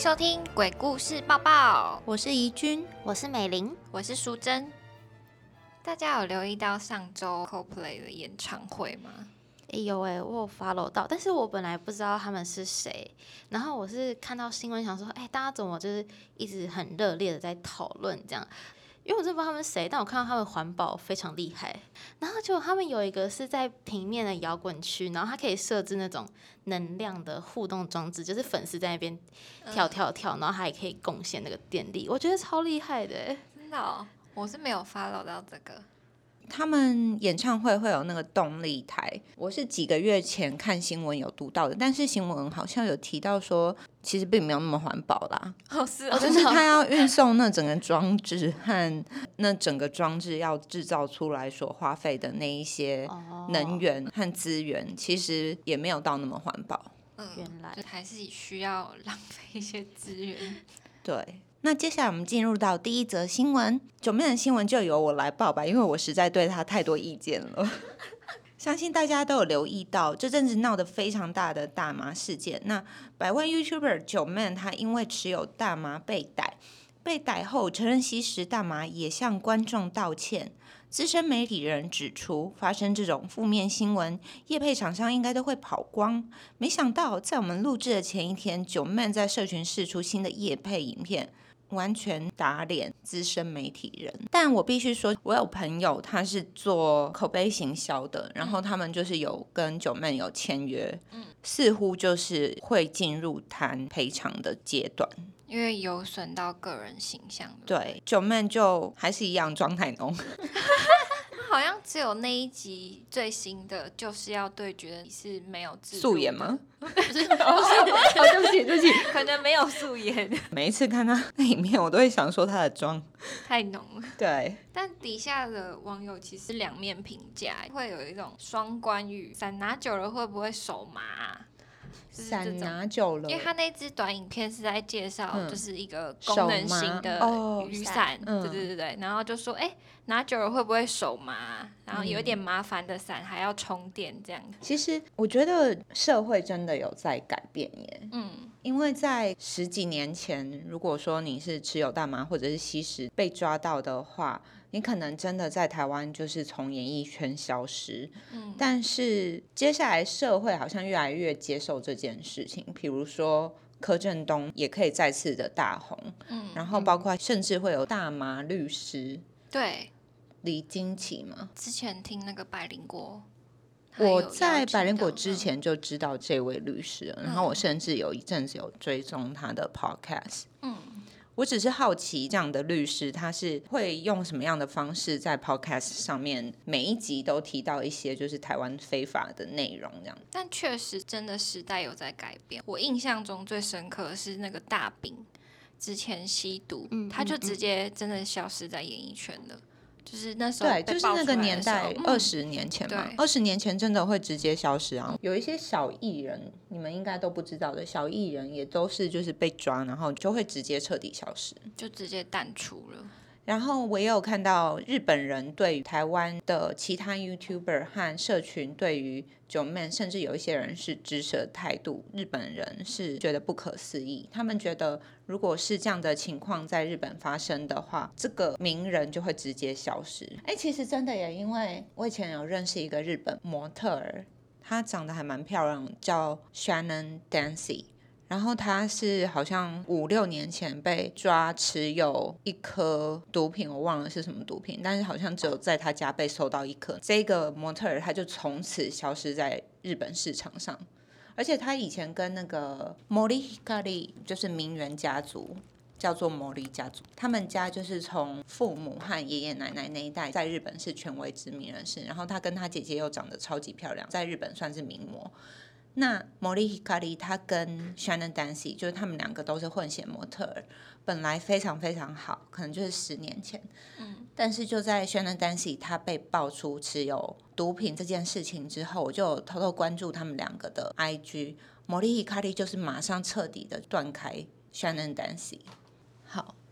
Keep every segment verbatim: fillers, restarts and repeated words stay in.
收听鬼故事报报， 我是怡君， 我是美玲， 我是淑珍。大家有留意到上周 Coldplay 的演唱会吗？ 哎有哎，我有 follow 到，但是我本来不知道他们是谁，然后我是看到新闻想说，哎，大家怎么就是一直很热烈的在讨论这样，因为我真的不知道他们是谁，但我看到他们环保非常厉害，然后结果他们有一个是在平面的摇滚区，然后它可以设置那种能量的互动装置，就是粉丝在那边跳跳跳，然后它也可以贡献那个电力，我觉得超厉害的。 真的哦，我是没有 follow 到这个。 他们演唱会会有那个动力台，我是几个月前看新闻有读到的，但是新闻好像有提到说其实并没有那么环保啦。 哦是哦， 就是他要运送那整个装置和那整个装置要制造出来所花费的那一些能源和资源，其实也没有到那么环保。 嗯， 原来就还是需要浪费一些资源。 对，那接下来我们进入到第一则新闻，九妹的新闻就由我来报吧，因为我实在对他太多意见了。相信大家都有留意到这阵子闹得非常大的大麻事件，那百万 YouTuber 九妹他因为持有大麻被逮，被逮后承认吸食大麻，也向观众道歉。资深媒体人指出，发生这种负面新闻，业配厂商应该都会跑光。没想到，在我们录制的前一天，九妹在社群释出新的业配影片，完全打脸资深媒体人。但我必须说，我有朋友他是做口碑行销的，然后他们就是有跟九妹有签约，嗯、似乎就是会进入谈赔偿的阶段。 因为有损到个人形象。 对，九妹就还是一样装太浓。 好像只有那一集最新的就是要对决的你是没有自素颜吗？ 不是，哦， 对不起对不起， 可能没有素颜。 每一次看他那影片，我都会想说他的妆太浓了。 对， 但底下的网友其实两面评价，会有一种双关语，伞拿久了会不会手麻啊？ 伞拿久了， 因为他那支短影片是在介绍， 嗯就是一个功能型的雨伞， 嗯、 对对对对，然后就说，哎，拿久了会不会手麻？然后有点麻烦的伞还要充电这样。 其实我觉得社会真的有在改变耶，嗯，因为在十几年前，如果说你是持有大麻或者是吸食被抓到的话，你可能真的在台湾就是从演艺圈消失，嗯，但是接下来社会好像越来越接受这件事情，比如说柯震东也可以再次的大红，嗯，然后包括甚至会有大麻律师， 对， 李金奇嘛， 之前听那个百灵果， 我在百灵果之前就知道这位律师了，嗯，然后我甚至有一阵子有追踪他的 podcast，嗯，我只是好奇这样的律师他是会用什么样的方式在 podcast 上面每一集都提到一些就是台湾非法的内容这样。 但确实真的时代有在改变，我印象中最深刻的是那个大饼之前吸毒，嗯，他就直接真的消失在演艺圈了。就是那时候对，就是那个年代，二十年前嘛，二十年前真的会直接消失啊。有一些小艺人，你们应该都不知道的小艺人，也都是就是被抓，然后就会直接彻底消失， 就直接淡出了。 然后我也有看到日本人对于台湾的其他 YouTuber 和社群对于九妹，甚至有一些人是支持的态度，日本人是觉得不可思议。他们觉得如果是这样的情况在日本发生的话，这个名人就会直接消失。哎，其实真的耶，因为我以前有认识一个日本模特儿，她长得还蛮漂亮，叫 Shannon Dancey。然后他是好像五六年前被抓持有一颗毒品，我忘了是什么毒品，但是好像只有在他家被搜到一颗。这个模特儿他就从此消失在日本市场上，而且他以前跟那个 Mori Hikari 就是名媛家族，叫做摩利家族，他们家就是从父母和爷爷奶奶那一代在日本是权威知名人士，然后他跟他姐姐又长得超级漂亮，在日本算是名模。那 Mori Hikari 他跟 Shannon Dancey 就是他们两个都是混血模特儿，本来非常非常好，可能就是十年前，嗯，但是就在 Shannon Dancey 他被爆出持有毒品这件事情之后，我就有偷偷关注他们两个的 I G， Mori Hikari 就是马上彻底的断开 Shannon Dancey。好，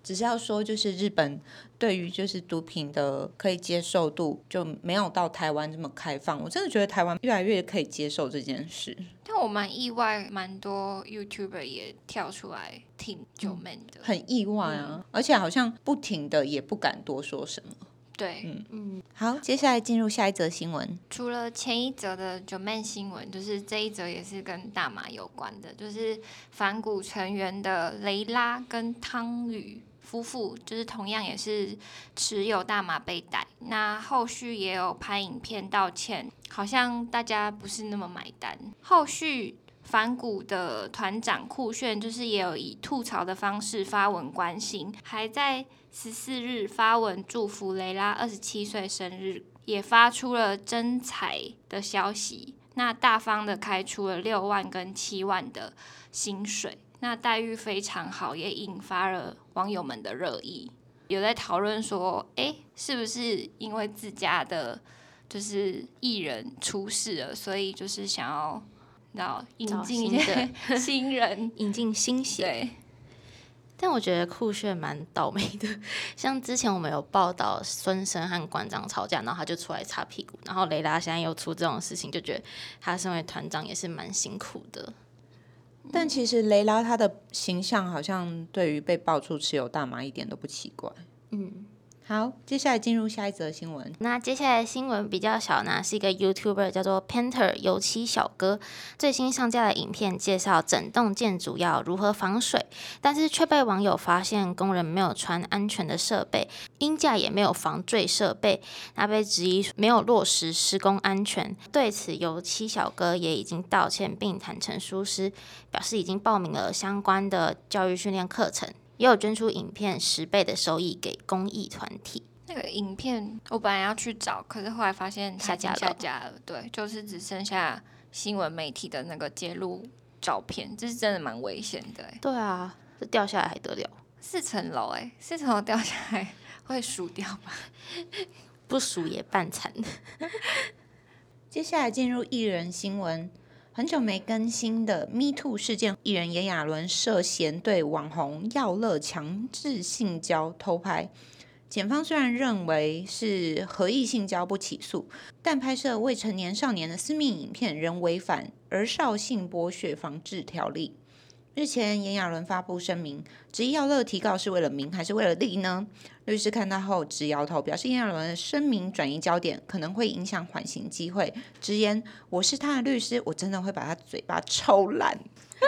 只是要说就是日本对于就是毒品的可以接受度就没有到台湾这么开放，我真的觉得台湾越来越可以接受这件事。 但我蛮意外，蛮多 YouTuber 也跳出来挺九妹的、嗯、 很意外啊、嗯、而且好像不停的也不敢多说什么。 对， 嗯嗯，好，接下来进入下一则新闻。 除了前一则的九妹新闻，就是这一则也是跟大麻有关的，就是反骨成员的雷拉跟汤宇夫妇，就是同样也是持有大麻被逮。那后续也有拍影片道歉，好像大家不是那么买单。后续反骨的团长酷炫就是也有以吐槽的方式发文关心，还在十四日发文祝福雷拉二十七岁生日，也发出了征才的消息，那大方的开出了六万跟七万的薪水，那待遇非常好，也引发了网友们的热议。有在讨论说，哎，是不是因为自家的就是艺人出事了，所以就是想要然后引进一些新人， 引进新血。 对， 但我觉得酷炫蛮倒霉的，像之前我们有报道孙生和馆长吵架，然后他就出来擦屁股，然后雷拉现在又出这种事情，就觉得他身为团长也是蛮辛苦的。 但其实雷拉他的形象好像对于被爆出持有大麻一点都不奇怪。嗯，好，接下来进入下一则新闻。 那接下来新闻比较小呢，是一个 YouTuber 叫做 Painter 油漆小哥最新上架的影片，介绍整栋建筑要如何防水，但是却被网友发现工人没有穿安全的设备，鹰架也没有防坠设备，那被质疑没有落实施工安全。对此，油漆小哥也已经道歉并坦诚疏失，表示已经报名了相关的教育训练课程，也有捐出影片十倍的收益给公益团体。 那个影片我本来要去找，可是后来发现下架了。 下架了，对，就是只剩下新闻媒体的那个揭露照片，这是真的蛮危险的。 对啊，这掉下来还得了？ 四层楼哎，四层楼掉下来会数掉吧？ 不数也半残。 接下来进入艺人新闻。很久没更新的 Me Too 事件，艺人炎亚纶涉嫌对网红耀乐强制性交偷拍。检方虽然认为是合意性交不起诉，但拍摄未成年少年的私密影片仍违反儿少性剥削防治条例。日前，炎亚纶发布声明，质疑耀乐提告是为了名还是为了利呢？律师看到后直摇头，表示炎亚纶的声明转移焦点，可能会影响缓刑机会。直言：“我是他的律师，我真的会把他嘴巴抽烂。”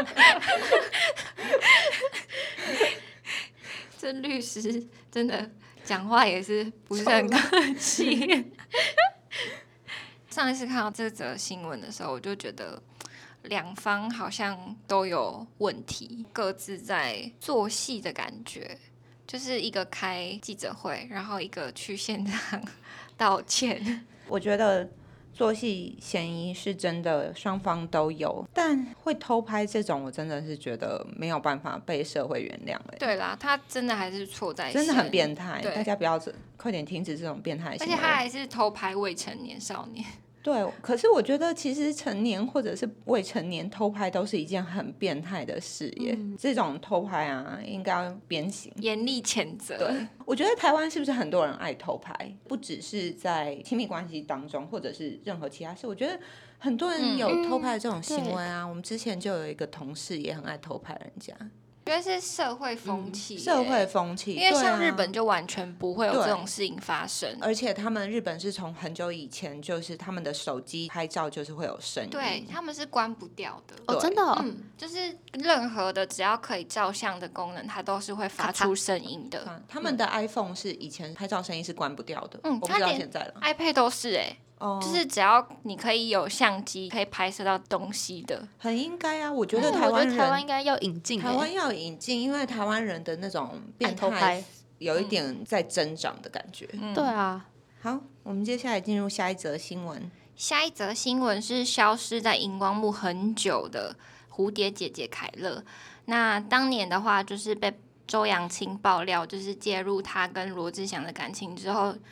这律师真的讲话也是不是很客气。上一次看到这则新闻的时候，我就觉得两方好像都有问题，各自在做戏的感觉，就是一个开记者会，然后一个去现场道歉。 我觉得做戏嫌疑是真的，双方都有，但会偷拍这种，我真的是觉得没有办法被社会原谅。 对啦，他真的还是错在先， 真的很变态，大家不要快点停止这种变态行为。 而且他还是偷拍未成年少年。 对，可是我觉得其实成年或者是未成年偷拍都是一件很变态的事耶、嗯、这种偷拍啊应该要鞭刑， 严厉谴责。 对，我觉得台湾是不是很多人爱偷拍，不只是在亲密关系当中或者是任何其他事，我觉得很多人有偷拍的这种行为啊、嗯、我们之前就有一个同事也很爱偷拍人家。 我觉得是社会风气、嗯， 社会风气， 因为像日本就完全不会有这种事情发生， 而且他们日本是从很久以前就是他们的手机拍照就是会有声音， 对，他们是关不掉的。 哦，真的、哦， 嗯，就是任何的只要可以照相的功能，它都是会发出声音的。 啊、他们的 iPhone 是以前拍照声音是关不掉的，嗯，我不知道现在了。 iPad 都是哎、欸。Oh, 就是只要你可以有相机可以拍摄到东西的， 很应该啊。我觉得台湾人、 嗯、我觉得台湾应该要引进、欸， 台湾要引进，因为台湾人的那种变态有一点在增长的感觉。 嗯、对啊。 好，我们接下来进入下一则新闻。 下一则新闻是消失在荧光幕很久的蝴蝶姐姐凯乐。那当年的话，就是被周扬青爆料，就是介入他跟罗志祥的感情之后。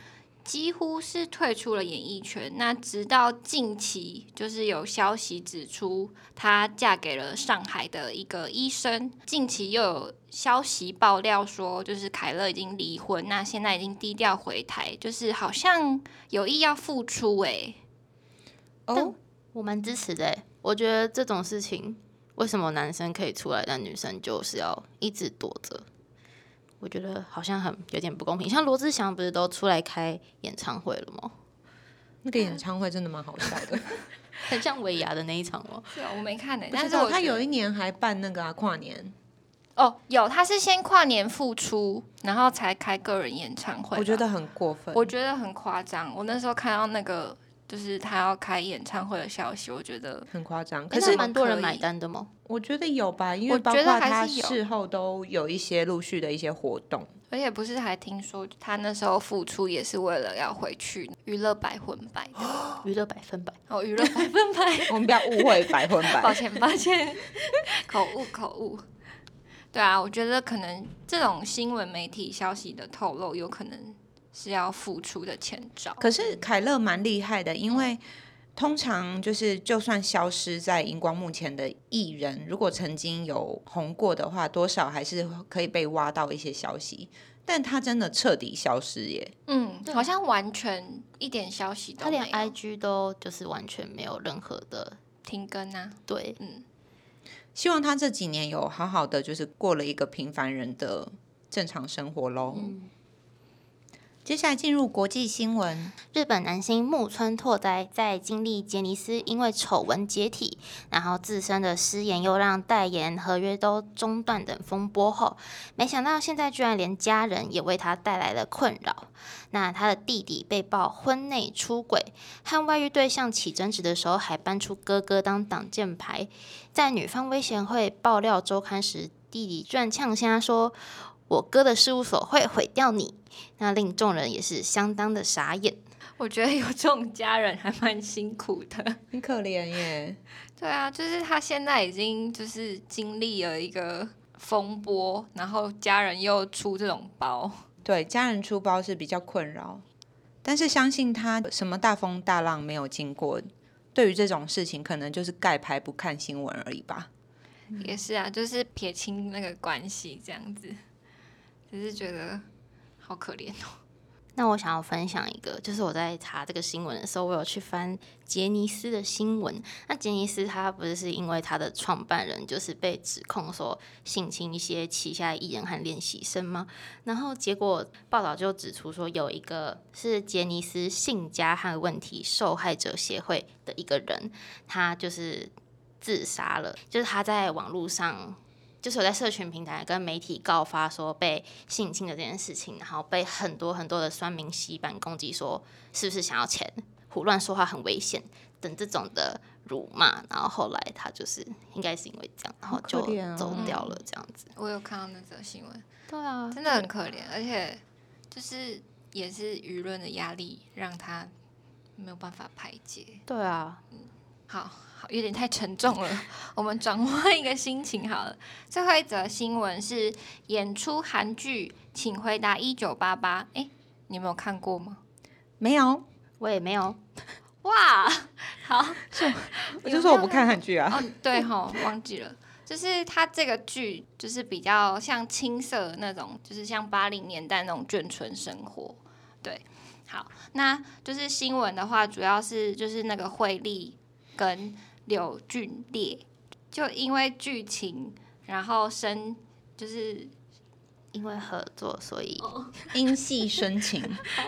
几乎是退出了演艺圈。那直到近期，就是有消息指出，她嫁给了上海的一个医生。近期又有消息爆料说，就是凯乐已经离婚，那现在已经低调回台，就是好像有意要复出哎、欸。 哦， 我蛮支持的欸，我觉得这种事情，为什么男生可以出来，但女生就是要一直躲着？我觉得好像很有点不公平。像罗志祥不是都出来开演唱会了吗？ 那个演唱会真的蛮好笑的， 很像尾牙的那一场吗？ 是啊，我没看呢、欸， 但是他但是我有一年还办那个啊跨年， 哦，有，他是先跨年复出，然后才开个人演唱会。 我觉得很过分， 我觉得很夸张。我那时候看到那个就是他要开演唱会的消息，我觉得很夸张。 可可是蛮多人买单的吗？ 我觉得有吧，因为我觉得包括他还是有事后都有一些陆续的一些活动。 而且不是还听说他那时候复出也是为了要回去娱乐百分百的娱乐百分百哦，娱乐百分百， 我们不要误会百分百。 抱歉抱歉，口误口误。对啊，我觉得可能这种新闻媒体消息的透露，有可能是要复出的前兆。 可是凯乐蛮厉害的，因为通常就是就算消失在荧光幕前的艺人，如果曾经有红过的话，多少还是可以被挖到一些消息。但他真的彻底消失耶， 嗯，好像完全一点消息都没有， 他连 I G 都就是完全没有任何的停更啊。 对， 嗯， 希望他这几年有好好的就是过了一个平凡人的正常生活咯。 嗯， 接下来进入国际新闻， 日本男星木村拓哉在经历杰尼斯因为丑闻解体，然后自身的失言又让代言合约都中断等风波后，没想到现在居然连家人也为他带来了困扰。那他的弟弟被曝婚内出轨，和外遇对象起争执的时候，还搬出哥哥当挡箭牌。在女方威胁会爆料周刊时，弟弟居然呛瞎说：“我哥的事务所会毁掉你。”那令众人也是相当的傻眼。 我觉得有这种家人还蛮辛苦的。 很可怜耶。 对啊，就是他现在已经就是经历了一个风波，然后家人又出这种包。 对，家人出包是比较困扰，但是相信他什么大风大浪没有经过，对于这种事情可能就是盖牌不看新闻而已吧。 也是啊，就是撇清那个关系这样子，只是觉得好可怜哦。 那我想要分享一个，就是我在查这个新闻的时候，我有去翻杰尼斯的新闻。那杰尼斯他不是是因为他的创办人就是被指控说性侵一些旗下艺人和练习生吗？然后结果报道就指出说，有一个是杰尼斯性加害问题受害者协会的一个人，他就是自杀了，就是他在网络上。就是有在社群平台跟媒体告发说被性侵的这件事情，然后被很多很多的酸民洗版攻击，说是不是想要钱、胡乱说话很危险等这种的辱骂，然后后来他就是应该是因为这样，然后就走掉了这样子。 我有看到那则新闻， 对啊， 真的很可怜，而且就是也是舆论的压力让他没有办法排解。 对啊， 好。好，有点太沉重了。我们转换一个心情好了。最后一则新闻是演出韩剧《请回答一九八八》。哎，你有没有看过吗？ 没有， 我也没有。 哇，好， 我就说我不看韩剧啊。 哦，对吼，忘记了。就是它这个剧就是比较像青涩那种，就是像八零年代那种眷村生活。对，好，那就是新闻的话，主要是就是那个惠利跟柳俊烈就因为剧情，然后生就是因为合作，所以因戏生情，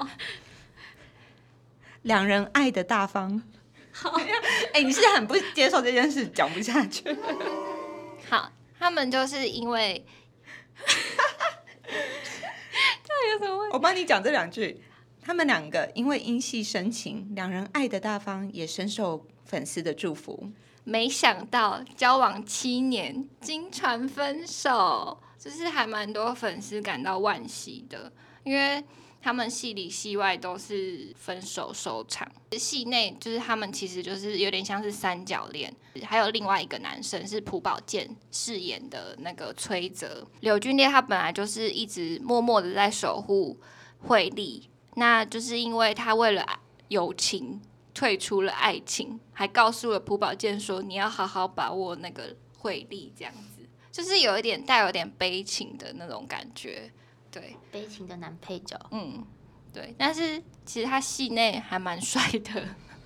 两人爱的大方。哎、欸，你是很不接受这件事，讲不下去。 好，他们就是因为，这有什么问题？ 我帮你讲这两句。他们两个因为因戏生情，两人爱的大方，也深受粉丝的祝福。 没想到交往七年，经传分手，就是还蛮多粉丝感到惋惜的，因为他们戏里戏外都是分手收场。戏内就是他们其实就是有点像是三角恋，还有另外一个男生是朴宝剑饰演的那个崔泽。柳俊烈他本来就是一直默默的在守护惠利。 那就是因为他为了友情退出了爱情，还告诉了朴宝剑说你要好好把握那个惠利，这样子就是有一点带有点悲情的那种感觉。对， 悲情的男配角。 嗯，对，但是其实他戏内还蛮帅的。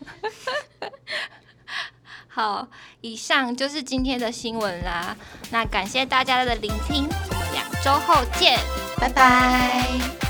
好，以上就是今天的新闻啦。那感谢大家的聆听，我们两周后见， 拜拜。